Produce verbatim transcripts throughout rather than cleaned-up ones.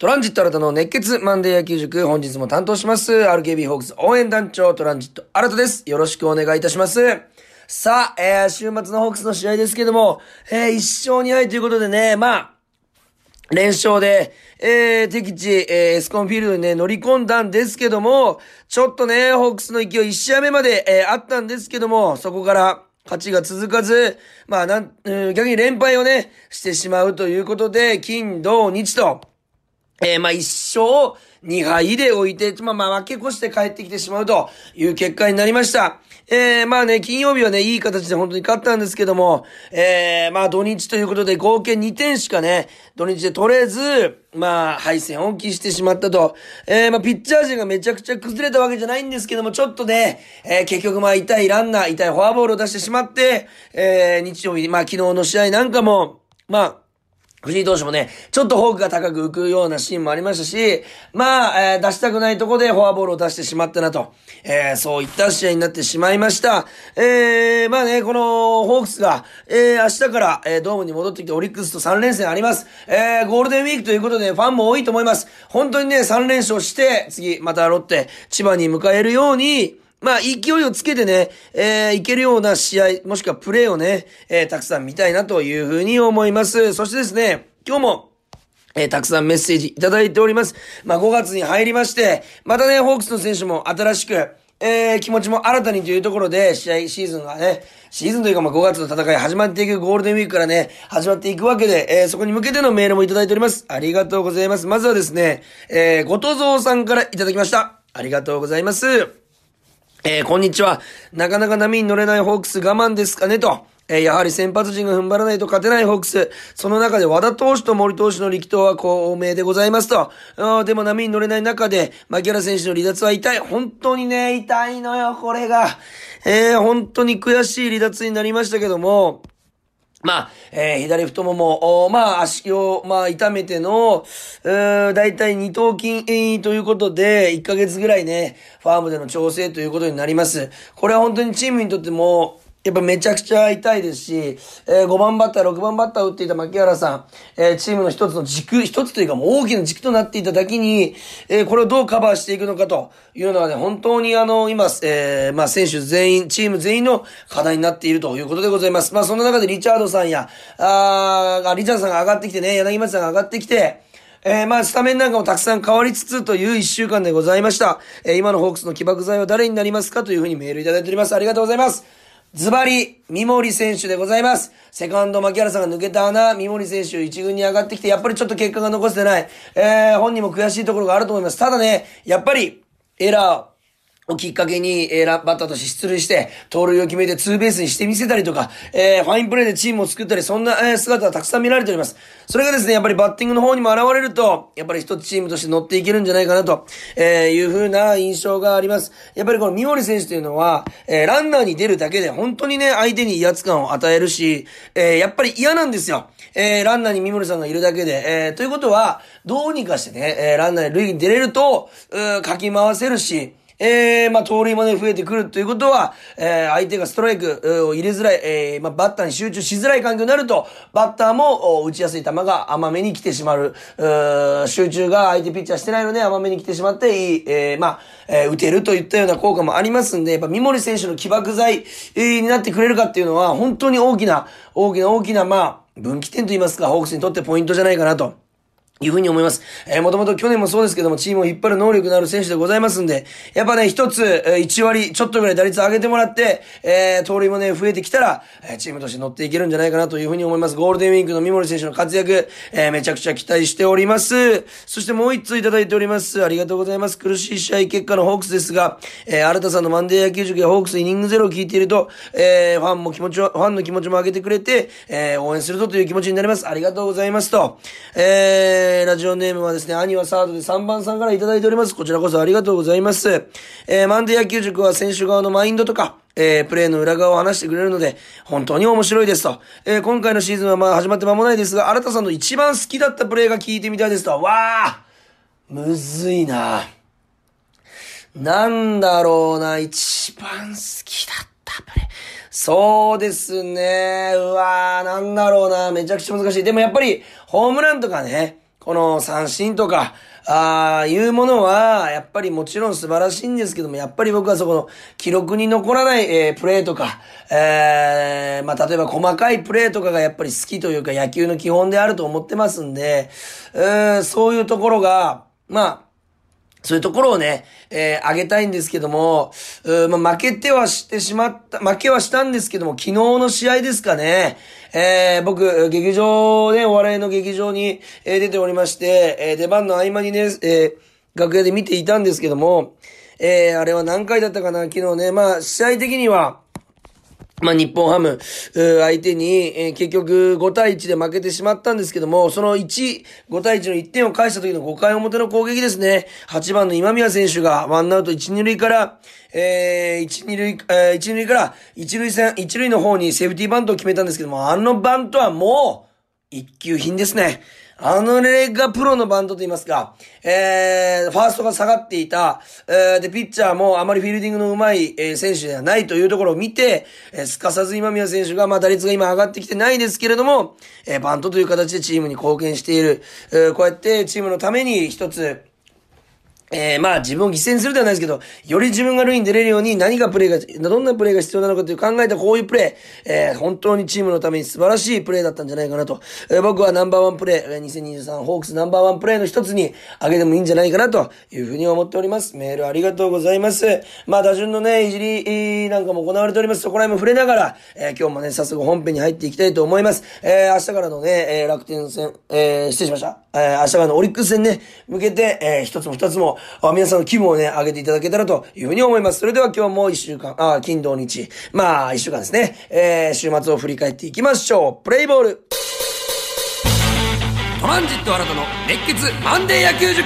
トランジット新たの熱血マンデー野球塾、本日も担当します。アールケービー ホークス応援団長、トランジット新たです。よろしくお願いいたします。さあ、えー、週末のホークスの試合ですけども、えー、一勝二敗ということでね、まあ、連勝で、えー、敵地、えー、エスコンフィールドにね、乗り込んだんですけども、ちょっとね、ホークスの勢いいち試合目まで、えー、あったんですけども、そこから、勝ちが続かず、まあ、なん、うん、逆に連敗をね、してしまうということで、金、土、日と、えー、まあ、一勝二敗で置いて、まあ、まあ、負け越して帰ってきてしまうという結果になりました。えー、まあね、金曜日はね、いい形で本当に勝ったんですけども、えー、まあ、土日ということで合計にてんしかね、土日で取れず、まあ、敗戦を喫してしまったと。えー、まあ、ピッチャー陣がめちゃくちゃ崩れたわけじゃないんですけども、ちょっとね、えー、結局まあ、痛いランナー、痛いフォアボールを出してしまって、えー、日曜日、まあ、昨日の試合なんかも、まあ、藤井投手もね、ちょっとフォークが高く浮くようなシーンもありましたし、まあ、えー、出したくないとこでフォアボールを出してしまったなと、えー、そういった試合になってしまいました。えー、まあね、このホークスが、えー、明日から、えー、ドームに戻ってきてオリックスとさん連戦あります。えー、ゴールデンウィークということで、ファンも多いと思います。本当にね、さん連勝して、次、またロッテ、千葉に迎えるように、まあ、勢いをつけてね、えー、いけるような試合、もしくはプレーをね、えー、たくさん見たいなというふうに思います。そしてですね、今日も、えー、たくさんメッセージいただいております。まあ、ごがつに入りまして、またね、ホークスの選手も新しく、えー、気持ちも新たにというところで、試合、シーズンがね、シーズンというかまあごがつの戦い始まっていくゴールデンウィークからね、始まっていくわけで、えー、そこに向けてのメールもいただいております。ありがとうございます。まずはですね、えー、ごとぞうさんからいただきました。ありがとうございます。えー、こんにちは。なかなか波に乗れないホークス我慢ですかねと。えー、やはり先発陣が踏ん張らないと勝てないホークス。その中で和田投手と森投手の力投は高明でございますと。あでも波に乗れない中で、牧原選手の離脱は痛い。本当にね、痛いのよ、これが。えー、本当に悔しい離脱になりましたけども、まあ、えー、左太もも、まあ、足を、まあ、痛めての、うーだいたい二頭筋、えー、ということで、いっかげつぐらいね、ファームでの調整ということになります。これは本当にチームにとっても、やっぱめちゃくちゃ痛いですし、えー、ごばんバッター、ろくばんバッターを打っていた牧原さん、えー、チームの一つの軸、一つというかもう大きな軸となっていただけに、えー、これをどうカバーしていくのかというのはね、本当にあの、今、えー、まあ選手全員、チーム全員の課題になっているということでございます。まあその中でリチャードさんや、あー、リチャードさんが上がってきてね、柳町さんが上がってきて、えー、まあ、スタメンなんかもたくさん変わりつつという一週間でございました。えー、今のホークスの起爆剤は誰になりますかというふうにメールいただいております。ありがとうございます。ズバリ、三森選手でございます。セカンド、牧原さんが抜けた穴、三森選手一軍に上がってきて、やっぱりちょっと結果が残せてない。えー、本人も悔しいところがあると思います。ただね、やっぱり、エラー、をきっかけに、えー、バッターとして出塁して、盗塁を決めてツーベースにしてみせたりとか、えー、ファインプレーでチームを作ったり、そんな、えー、姿はたくさん見られております。それがですね、やっぱりバッティングの方にも現れると、やっぱり一つチームとして乗っていけるんじゃないかなと、えー、いう風な印象があります。やっぱりこの三森選手というのは、えー、ランナーに出るだけで本当にね、相手に威圧感を与えるし、えー、やっぱり嫌なんですよ。えー、ランナーに三森さんがいるだけで、えー、ということは、どうにかしてね、えー、ランナーに塁に出れると、うー、かき回せるし、えー、まあ、盗塁もね、増えてくるということは、えー、相手がストライクを入れづらい、えー、まあ、バッターに集中しづらい環境になると、バッターも打ちやすい球が甘めに来てしまう、うー集中が相手ピッチャーしてないので甘めに来てしまっていい、えー、まあ、えー、打てるといったような効果もありますんで、やっぱ三森選手の起爆剤、えー、になってくれるかっていうのは、本当に大きな、大きな大きな、まあ、分岐点といいますか、ホークスにとってポイントじゃないかなと。いうふうに思います。えー、もともと去年もそうですけども、チームを引っ張る能力のある選手でございますんで、やっぱね、一つ、えー、いち割、ちょっとぐらい打率上げてもらって、えー、盗塁もね、増えてきたら、えー、チームとして乗っていけるんじゃないかなというふうに思います。ゴールデンウィークの三森選手の活躍、えー、めちゃくちゃ期待しております。そしてもう一通いただいております。ありがとうございます。苦しい試合結果のホークスですが、えー、新田さんのマンデー野球塾やホークスイニングゼロを聞いていると、えー、ファンも気持ちを、ファンの気持ちも上げてくれて、えー、応援するぞという気持ちになります。ありがとうございますと、えー、ラジオネームはですね、兄はサードでさんばんさんからいただいております。こちらこそありがとうございます。えー、マンデー野球塾は選手側のマインドとか、えー、プレーの裏側を話してくれるので、本当に面白いですと。えー、今回のシーズンはまあ始まって間もないですが、新田さんの一番好きだったプレーが聞いてみたいですと。わーむずいな。なんだろうな、一番好きだったプレー。そうですね。うわー、なんだろうな。めちゃくちゃ難しい。でもやっぱり、ホームランとかね、 この三振とか、ああ、いうものは、やっぱりもちろん素晴らしいんですけども、やっぱり僕はそこの記録に残らない、えー、プレーとか、えー、まあ、例えば細かいプレーとかがやっぱり好きというか野球の基本であると思ってますんで、えー、そういうところが、まあ、そういうところをね、えー、上げたいんですけども、うーまあ、負けてはしてしまった、負けはしたんですけども、昨日の試合ですかね。えー、僕、劇場ね、お笑いの劇場に、えー、出ておりまして、えー、出番の合間にね、えー、楽屋で見ていたんですけども、えー、あれは何回だったかな、昨日ね。まあ、試合的には、まあ、日本ハム、相手に、えー、結局ご対いちで負けてしまったんですけども、そのいち、ご対いちのいってんを返した時のごかい表の攻撃ですね。はちばんの今宮選手がワンアウトいち、に塁から、えー、いち、に塁、えー、いち、に塁から一塁線、一塁の方にセーフティーバントを決めたんですけども、あのバントはもう、一級品ですね。あの例がプロのバントと言いますか、えー、ファーストが下がっていた、えー、で、ピッチャーもあまりフィールディングの上手い、えー、選手ではないというところを見て、えー、すかさず今宮選手が、まあ、打率が今上がってきてないですけれども、えー、バントという形でチームに貢献している、えー、こうやってチームのために一つ、えー、まあ自分を犠牲にするではないですけど、より自分が塁に出れるように何がプレーが、どんなプレーが必要なのかという考えたこういうプレー、えー、本当にチームのために素晴らしいプレーだったんじゃないかなと。えー、僕はナンバーワンプレー、にせんにじゅうさんホークスナンバーワンプレーの一つに挙げてもいいんじゃないかなというふうに思っております。メールありがとうございます。まあ打順のね、いじりなんかも行われております。そこら辺も触れながら、えー、今日もね、早速本編に入っていきたいと思います。えー、明日からのね、えー、楽天戦、えー、失礼しました。えー、明日からのオリックス戦ね、向けて、えー、一つも二つも、皆さんの気分をね、上げていただけたらというふうに思います。それでは今日も一週間、あ、金土日、まあ一週間ですね、えー、週末を振り返っていきましょう。プレイボール。トランジット新たの熱血マンデー野球塾。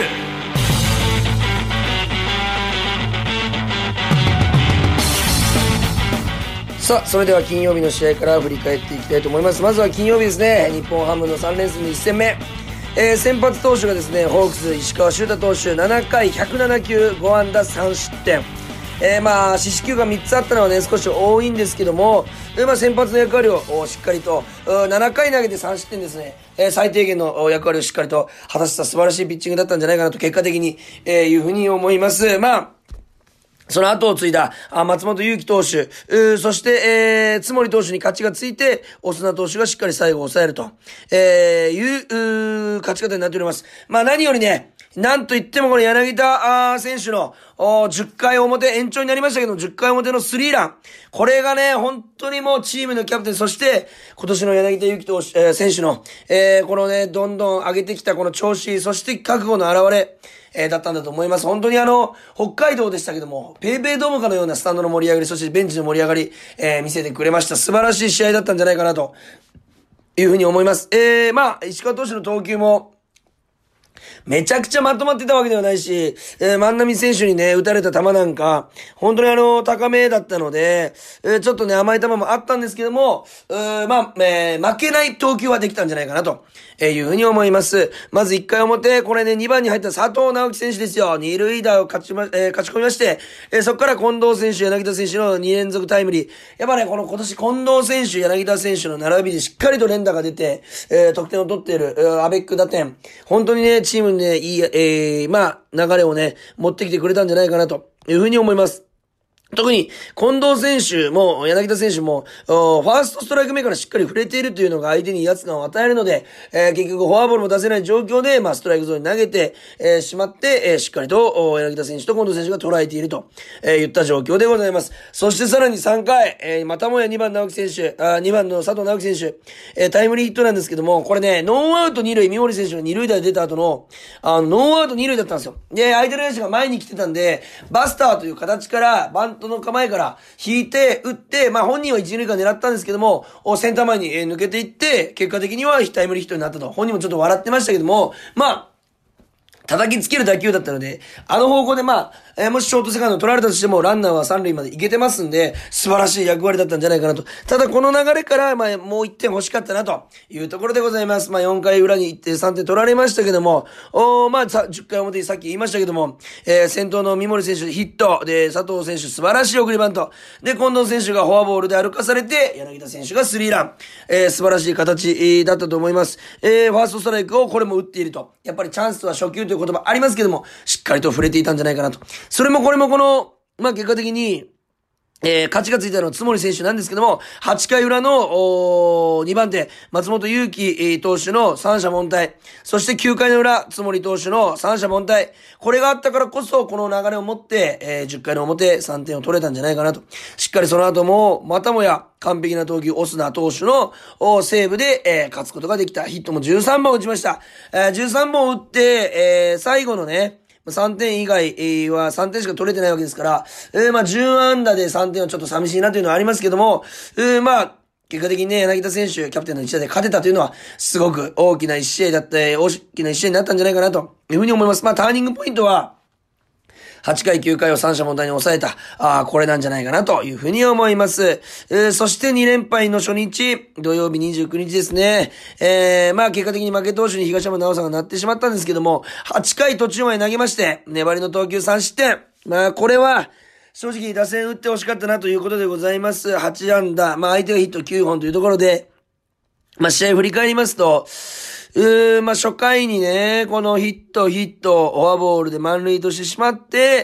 さあ、それでは金曜日の試合から振り返っていきたいと思います。まずは金曜日ですね、日本ハムのさん連戦のいち戦目。えー、先発投手がですね、ホークス石川修太投手ななかいひゃくなな球ご安打さん失点。えー、まあ四死球がみっつあったのはね少し多いんですけども、でまあ先発の役割をしっかりとななかい投げてさん失点ですね、えー、最低限の役割をしっかりと果たした素晴らしいピッチングだったんじゃないかなと結果的に、えー、いうふうに思います。まあその後を継いだ、あ松本裕樹投手、そして、えー、津森投手に勝ちがついて、オスナ投手がしっかり最後を抑えると、えー、いう、う勝ち方になっております。まあ何よりね、なんといってもこの柳田あ選手のじゅっかい表、延長になりましたけど、じゅっかい表のスリーラン。これがね、本当にもうチームのキャプテン、そして今年の柳田悠岐投手、えー、選手の、えー、このね、どんどん上げてきたこの調子、そして覚悟の表れ、えー、だったんだと思います。本当にあの、北海道でしたけども、ペイペイドームかのようなスタンドの盛り上がり、そしてベンチの盛り上がり、えー、見せてくれました。素晴らしい試合だったんじゃないかなというふうに思います。えー、まあ、石川投手の投球も、めちゃくちゃまとまってたわけではないし、えー、万波選手にね、打たれた球なんか、本当にあの、高めだったので、えー、ちょっとね、甘い球もあったんですけども、うーまあ、えー、負けない投球はできたんじゃないかなと、えー、いうふうに思います。まずいっかい表、これね、にばんに入った佐藤直樹選手ですよ。二塁打を勝ちま、えー、勝ち込みまして、えー、そこから近藤選手、柳田選手のに連続タイムリー。やっぱね、この今年近藤選手、柳田選手の並びでしっかりと連打が出て、えー、得点を取っている、えー、アベック打点。本当にね、チームにね、いい、えー、まあ、流れをね、持ってきてくれたんじゃないかなというふうに思います。特に、近藤選手も、柳田選手も、ファーストストライク目からしっかり触れているというのが相手に威圧感を与えるので、えー、結局フォアボールも出せない状況で、まあ、ストライクゾーンに投げて、えー、しまって、えー、しっかりと、柳田選手と近藤選手が捉えていると、えー、言った状況でございます。そしてさらにさんかい、えー、またもやにばん直樹選手、あにばんの佐藤直樹選手、えー、タイムリーヒットなんですけども、これね、ノーアウトに塁、三森選手のに塁打で出た後の、あの、ノーアウトに塁だったんですよ。で、相手の選手が前に来てたんで、バスターという形から、バントの構えから引いて、打って、まあ本人は一、二塁間狙ったんですけども、センター前に抜けていって、結果的にはタイムリーヒットになったと。本人もちょっと笑ってましたけども、まあ、 叩きつける打球だったので、あの方向でまあ、えー、もしショートセカンド取られたとしても、ランナーは三塁まで行けてますんで、素晴らしい役割だったんじゃないかなと。ただこの流れから、まあ、もういってん欲しかったなというところでございます。まあ、よんかい裏に行ってさんてん取られましたけども、おー、まあ、さじゅっかい表にさっき言いましたけども、えー、先頭の三森選手ヒット、で、佐藤選手素晴らしい送りバント、で、近藤選手がフォアボールで歩かされて、柳田選手がスリーラン、えー、素晴らしい形、えー、だったと思います。えー、ファーストストライクをこれも打っていると。やっぱりチャンスは初球という言葉ありますけども、しっかりと触れていたんじゃないかなと。それもこれもこの、まあ、結果的に、えー、勝ちがついたのは津森選手なんですけども、はちかい裏の、にばんて、松本裕樹、えー、投手の三者凡退。そしてきゅうかいの裏、津森投手の三者凡退。これがあったからこそ、この流れを持って、えー、じゅっかいの表さんてんを取れたんじゃないかなと。しっかりその後も、またもや、完璧な投球、オスナ投手のセーブで、えー、勝つことができた。ヒットもじゅうさんぼん打ちました。えー、じゅうさんぼん打って、えー、最後のね、さんてん以外はさんてんしか取れてないわけですから、えー、まあ、じゅうあんだでさんてんはちょっと寂しいなというのはありますけども、えー、まあ、結果的にね、柳田選手、キャプテンの一打で勝てたというのは、すごく大きな一試合だった、大きな一試合になったんじゃないかなというふうに思います。まあ、ターニングポイントは、はちかいきゅうかいを三者凡退に抑えた、ああ、これなんじゃないかなというふうに思います。えー、そしてにれんぱいの初日、土曜日にじゅうくにちですね。えー、まあ結果的に負け投手に東山直さんがなってしまったんですけども、はちかい途中まで投げまして、粘りの投球さんしってん。まあこれは、正直打線打ってほしかったなということでございます。はちあんだ、まあ相手がヒットきゅうほんというところで、まあ試合振り返りますと、うーまあ、初回にね、このヒット、ヒット、フォアボールで満塁としてしまって、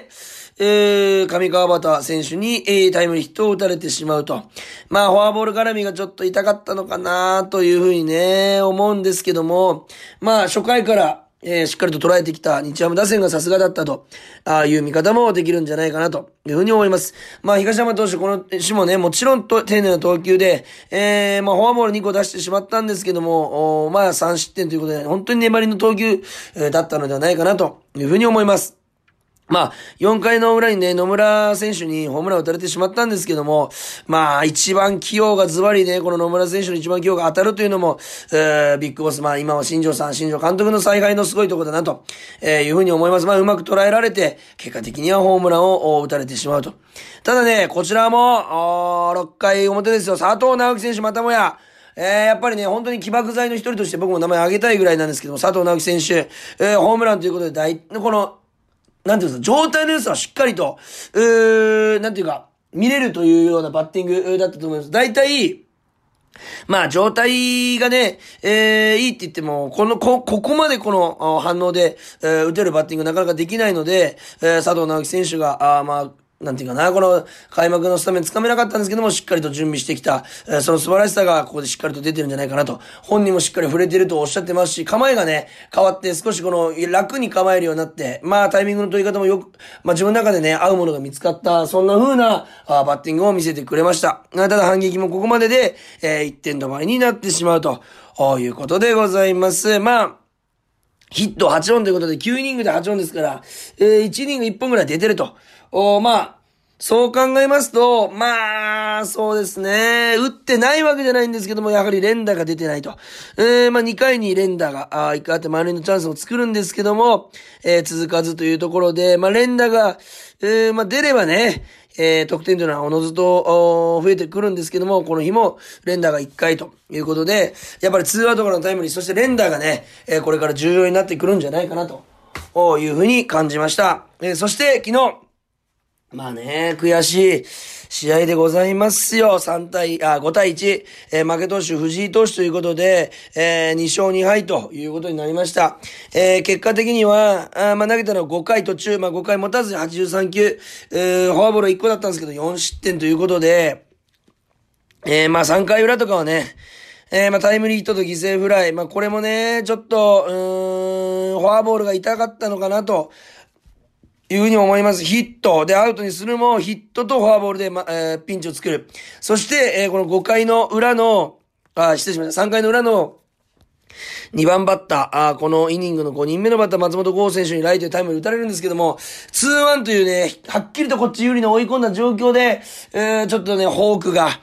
えー、上川端選手に、えー、タイムリーヒットを打たれてしまうと。まあ、フォアボール絡みがちょっと痛かったのかなというふうにね、思うんですけども、まあ、初回から、えー、しっかりと捉えてきた日ハム打線がさすがだったと、ああいう見方もできるんじゃないかなというふうに思います。まあ、東山投手、この種もね、もちろんと丁寧な投球で、えー、まあ、フォアボールにこ出してしまったんですけども、まあ、さんしってんということで、本当に粘りの投球、えー、だったのではないかなというふうに思います。まあ、よんかいの裏にね、野村選手にホームランを打たれてしまったんですけども、まあ、一番起用がズバリね、この野村選手の一番起用が当たるというのも、えー、ビッグボス、まあ今は新庄さん、新庄監督の采配のすごいところだなと、えー、いうふうに思います。まあ、うまく捉えられて、結果的にはホームランを打たれてしまうと。ただね、こちらも、ろっかい表ですよ、佐藤直樹選手またもや、えー、やっぱりね、本当に起爆剤の一人として僕も名前挙げたいぐらいなんですけども、佐藤直樹選手、えー、ホームランということで大、この、なんていうんですか、状態の良さはしっかりと、うー、なんていうか、見れるというようなバッティングだったと思います。大体、まあ、状態がね、えー、いいって言っても、この、こ、ここまでこの反応で、えー、打てるバッティングなかなかできないので、えー、佐藤直樹選手が、あまあ、なんていうかな、この開幕のスタメンつかめなかったんですけども、しっかりと準備してきた、えー、その素晴らしさがここでしっかりと出てるんじゃないかなと。本人もしっかり触れてるとおっしゃってますし、構えがね、変わって少しこの楽に構えるようになって、まあタイミングの取り方もよく、まあ自分の中でね、合うものが見つかった、そんな風なあバッティングを見せてくれました。ただ反撃もここまでで、えー、いってん止まりになってしまうということでございます。まあ、ヒットはちほんということできゅうイニングではちほんですから、えー、いちイニングいっぽんぐらい出てると。おまあ、そう考えますと、まあ、そうですね。打ってないわけじゃないんですけども、やはり連打が出てないと。えー、まあにかいに連打が、あいっかいあって満塁のチャンスを作るんですけども、えー、続かずというところで、まあ連打が、えー、まあ出ればね、えー、得点というのはおのずと増えてくるんですけども、この日も連打がいっかいということで、やっぱりツーアウトからのタイムリー、そして連打がね、えー、これから重要になってくるんじゃないかなというふうに感じました。えー、そして昨日、まあね、悔しい試合でございますよ。さんたい、あ、ごたいいち、えー、負け投手藤井投手ということで、えー、にしょうにはいということになりました。えー、結果的には、あまあ投げたのはごかい途中、まあごかい持たずにはちじゅうさんきゅう、えー、フォアボールいっこだったんですけどよんしってんということで、えー、まあさんかい裏とかはね、えー、まあタイムリーヒットと犠牲フライ、まあこれもね、ちょっと、うーん、フォアボールが痛かったのかなと、いうふうに思います。ヒットでアウトにするもヒットとフォアボールで、まえー、ピンチを作る。そして、えー、このごかいの裏の、あ、失礼しました。さんかいの裏のにばんバッター、あこのイニングのごにんめのバッター松本剛選手にライトでタイムリー打たれるんですけども、ツーワンというね、はっきりとこっち有利に追い込んだ状況で、えー、ちょっとね、ホークが、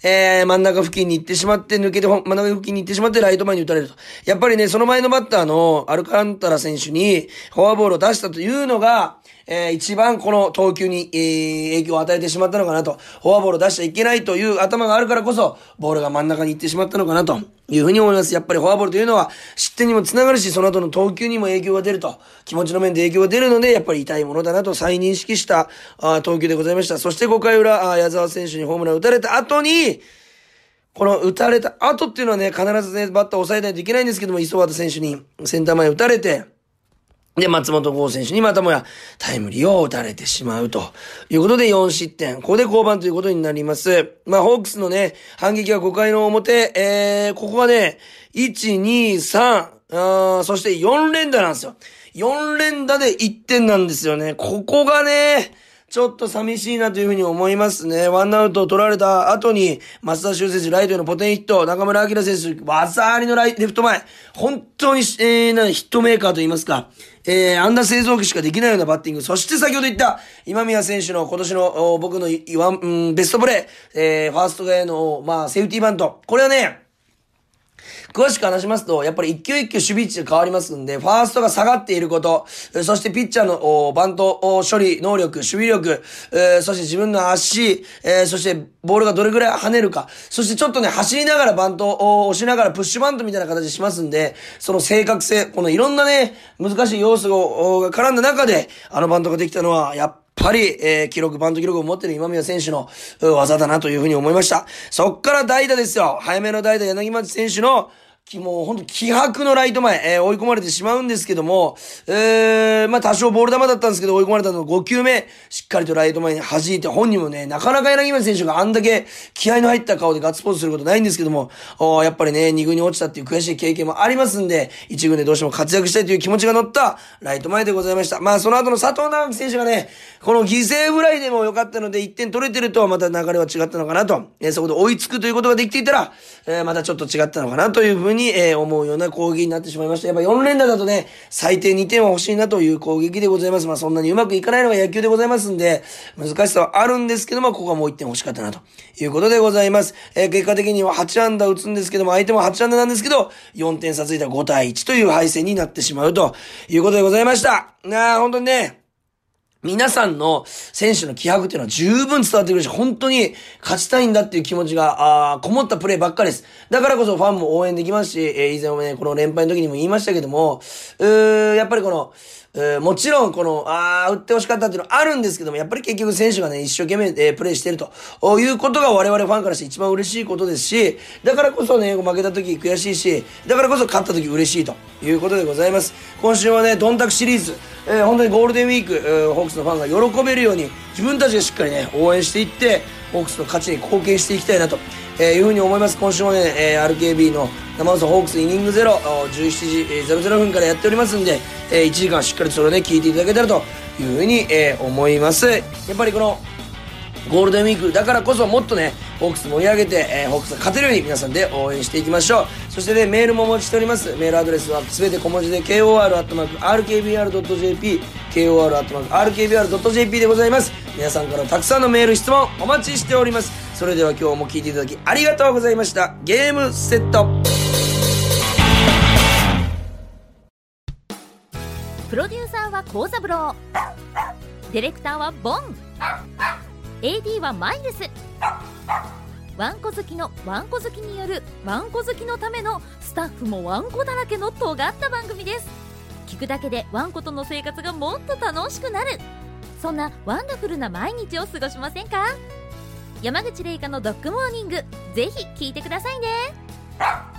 えー、真ん中付近に行ってしまって、抜けて真ん中付近に行ってしまって、ライト前に打たれると。やっぱりね、その前のバッターのアルカンタラ選手にフォアボールを出したというのが、えー、一番この投球に、えー、影響を与えてしまったのかなと。フォアボールを出しちゃいけないという頭があるからこそ、ボールが真ん中に行ってしまったのかなというふうに思います。やっぱりフォアボールというのは失点にもつながるし、その後の投球にも影響が出ると。気持ちの面で影響が出るので、やっぱり痛いものだなと再認識したあ投球でございました。そしてごかい裏、あ矢沢選手にホームラン打たれた後に、この打たれた後っていうのはね、必ずね、バッターを抑えないといけないんですけども、磯畑選手にセンター前打たれて、で、松本剛選手にまたもやタイムリーを打たれてしまうということでよん失点。ここで降板ということになります。まあ、ホークスのね、反撃はごかいの表、えー、ここはね、いち、に、さん、あそしてよん連打なんですよ。よん連打でいってんなんですよね。ここがね、ちょっと寂しいなというふうに思いますね。ワンアウトを取られた後に、松田修選手ライトへのポテンヒット、中村晃選手、技ありのライレフト前。本当に、えー、なヒットメーカーと言いますか。えー、あんな製造機しかできないようなバッティング。そして先ほど言った、今宮選手の今年の僕のワン、うん、ベストプレー、えー、ファーストへの、まあ、セーフティーバント。これはね、詳しく話しますと、やっぱり一球一球守備位置が変わりますんで、ファーストが下がっていること、そしてピッチャーのバント処理能力、守備力、えー、そして自分の足、えー、そしてボールがどれぐらい跳ねるか、そしてちょっとね、走りながらバントを押しながらプッシュバントみたいな形しますんで、その正確性、このいろんなね、難しい要素が絡んだ中で、あのバントができたのは、やっぱやっぱり、えー、記録、バント記録を持っている今宮選手の技だなというふうに思いました。そっから代打ですよ。早めの代打、柳町選手の、もうほんと気迫のライト前、えー、追い込まれてしまうんですけども、えー、まあ多少ボール球だったんですけど、追い込まれたのご球目、しっかりとライト前に弾いて、本人もね、なかなか柳町選手があんだけ気合の入った顔でガッツポーズすることないんですけども、やっぱりね、に軍に落ちたっていう悔しい経験もありますんで、いち軍でどうしても活躍したいという気持ちが乗ったライト前でございました。まあその後の佐藤直樹選手がね、この犠牲フライでも良かったのでいってん取れてるとまた流れは違ったのかなと、えー、そこで追いつくということができていたら、えー、またちょっと違ったのかなというふうに、えー、思うような攻撃になってしまいました。やっぱよん連打だとね、最低にてんは欲しいなという攻撃でございます。まあそんなにうまくいかないのが野球でございますんで、難しさはあるんですけども、ここはもういってん欲しかったなということでございます。えー、結果的にははち安打打つんですけども、相手もはち安打なんですけど、よんてん差ついたご対いちという敗戦になってしまうということでございました。なあ、本当にね、皆さんの選手の気迫っていうのは十分伝わってくるし、本当に勝ちたいんだっていう気持ちが、あこもったプレーばっかりです。だからこそファンも応援できますし、えー、以前もね、この連敗の時にも言いましたけども、うーやっぱりこの、えー、もちろんこの、あー、打ってほしかったっていうのはあるんですけども、やっぱり結局選手がね、一生懸命、えー、プレーしてるということが我々ファンからして一番嬉しいことですし、だからこそね、負けた時悔しいし、だからこそ勝った時嬉しいということでございます。今週はね、ドンタクシリーズ、えー、本当にゴールデンウィーク、えー、ホークスのファンが喜べるように、自分たちがしっかりね、応援していって、ホークスの勝ちに貢献していきたいなと、えー、いうふうに思います。今週もね、えー、アールケービー の生放送ホークスイニングゼロ、じゅうしちじゼロゼロふんからやっておりますんで、えー、いちじかんしっかりとそれをね、聞いていただけたらというふうに、えー、思います。やっぱりこの、ゴールデンウィークだからこそもっとね、ホークス盛り上げて、えー、ホークスが勝てるように皆さんで応援していきましょう。そしてね、メールもお待ちしております。メールアドレスはすべて小文字で ケーオーアール アットマーク アールケービーアール ドット ジェーピー ケーオーアール アットマーク アールケービーアール ドット ジェーピー でございます。皆さんからたくさんのメール質問お待ちしております。それでは今日も聞いていただきありがとうございました。ゲームセット。 プロデューサーは幸三郎、ディレクターはボン、 エーディー はマイルス。ワンコ好きのワンコ好きによるワンコ好きのためのスタッフもワンコだらけの尖った番組です。聞くだけでワンコとの生活がもっと楽しくなる、そんなワンダフルな毎日を過ごしませんか？山口玲香のドッグモーニング、ぜひ聞いてくださいね。